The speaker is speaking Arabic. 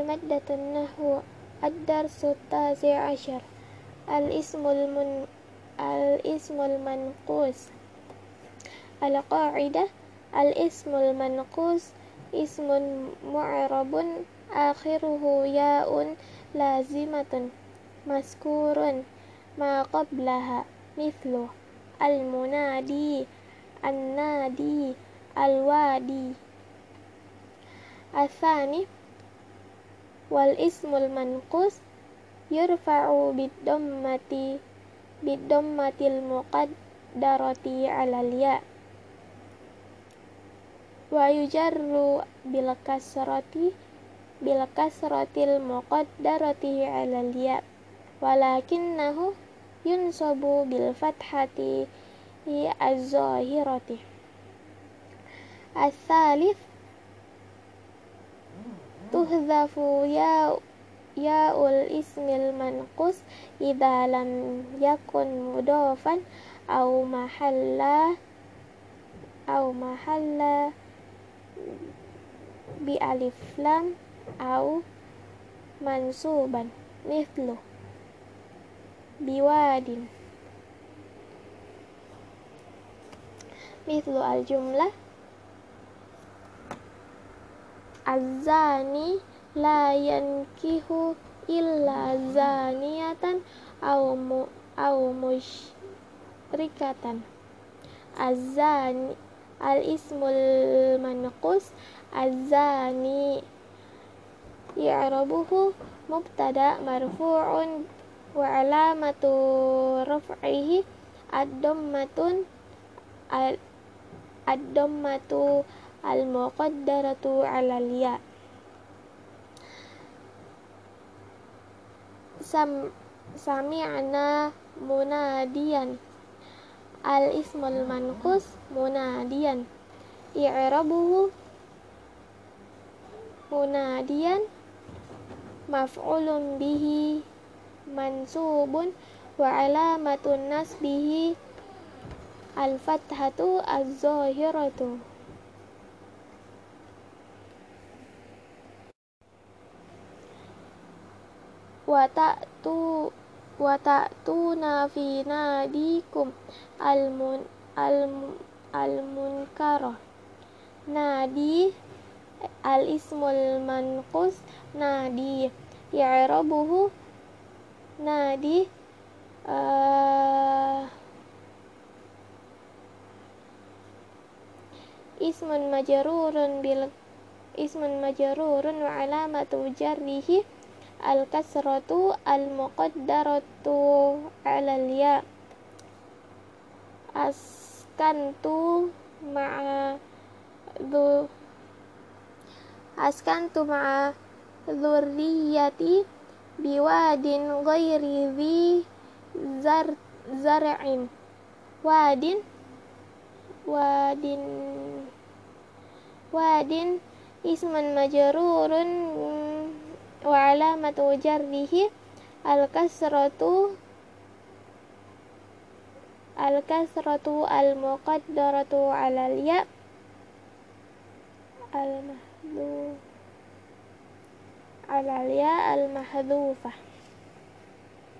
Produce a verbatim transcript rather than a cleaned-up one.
المادة النحو. الدرس التاسع عشر. الاسم المن... الاسم المنقوص. القاعدة: الاسم المنقوص اسم معرب آخره ياء لازمة مذكور ما قبلها مثل المنادي، النادي، الوادي. الثاني: والاسم المنقوص يرفع بالضمة بالضمة المقدرة على الياء، ويجر بالكسرة بالكسرة المقدرة على الياء، ولكنه ينصب بالفتحة الظاهرة. الثالث: تحذف ياء ياء الاسم المنقوص إذا لم يكن مضافا أو محل أو محل بألف لام أو منصوبا مثل بواد. مثل الجملة: الزاني لا ينكح إلا زانية أو أو مشركة. الزاني الاسم المنقوص الزاني إعرابه مبتدأ مرفوع وعلامة رفعه الضمة الضمة المقدرة على الياء. سم سمعنا مناديا. الاسم المنقوص مناديا إعرابه مناديا مفعول به منصوب وعلامة نصبه الفتحة الظاهرة. وتأتوا وتأتون في ناديكم المن المنكر. نادي الاسم المنقوص نادي إعرابه نادي آه اسم مجرور بال اسم مجرور وعلامة جره الكسرة المقدرة على الياء. أسكنت مع ذو أسكنت مع ذريتي بواد غير ذي زر زرع. واد واد واد اسم مجرور وعلامة جره الكسرة الكسرة المقدرة على الياء المحذوف على الياء المحذوفة.